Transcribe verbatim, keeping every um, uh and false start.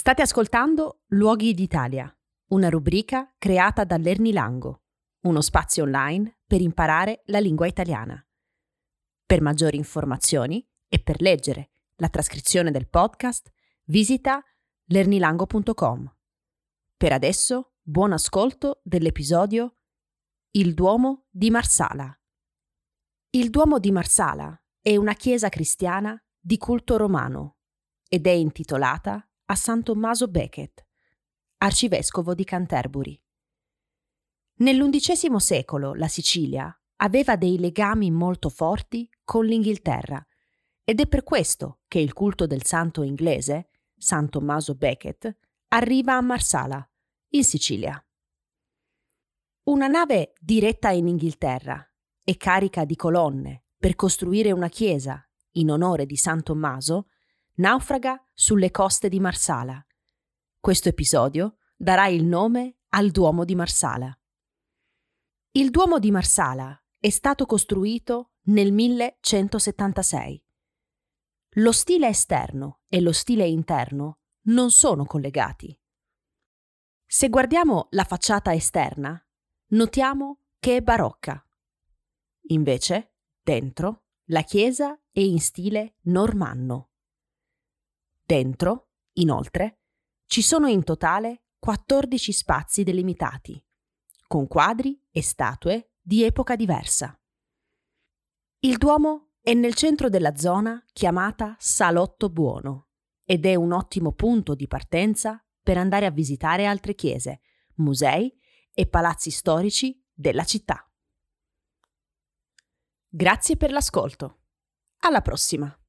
State ascoltando Luoghi d'Italia, una rubrica creata dall'Ernilango, uno spazio online per imparare la lingua italiana. Per maggiori informazioni e per leggere la trascrizione del podcast, visita lernilango punto com. Per adesso, buon ascolto dell'episodio Il Duomo di Marsala. Il Duomo di Marsala è una chiesa cristiana di culto romano ed è intitolata a San Tommaso Becket, arcivescovo di Canterbury. Nell'undicesimo secolo la Sicilia aveva dei legami molto forti con l'Inghilterra ed è per questo che il culto del santo inglese, San Tommaso Becket, arriva a Marsala, in Sicilia. Una nave diretta in Inghilterra e carica di colonne per costruire una chiesa in onore di San Tommaso naufraga sulle coste di Marsala. Questo episodio darà il nome al Duomo di Marsala. Il Duomo di Marsala è stato costruito nel millecentosettantasei. Lo stile esterno e lo stile interno non sono collegati. Se guardiamo la facciata esterna, notiamo che è barocca. Invece, dentro, la chiesa è in stile normanno. Dentro, inoltre, ci sono in totale quattordici spazi delimitati, con quadri e statue di epoca diversa. Il Duomo è nel centro della zona chiamata Salotto Buono ed è un ottimo punto di partenza per andare a visitare altre chiese, musei e palazzi storici della città. Grazie per l'ascolto. Alla prossima!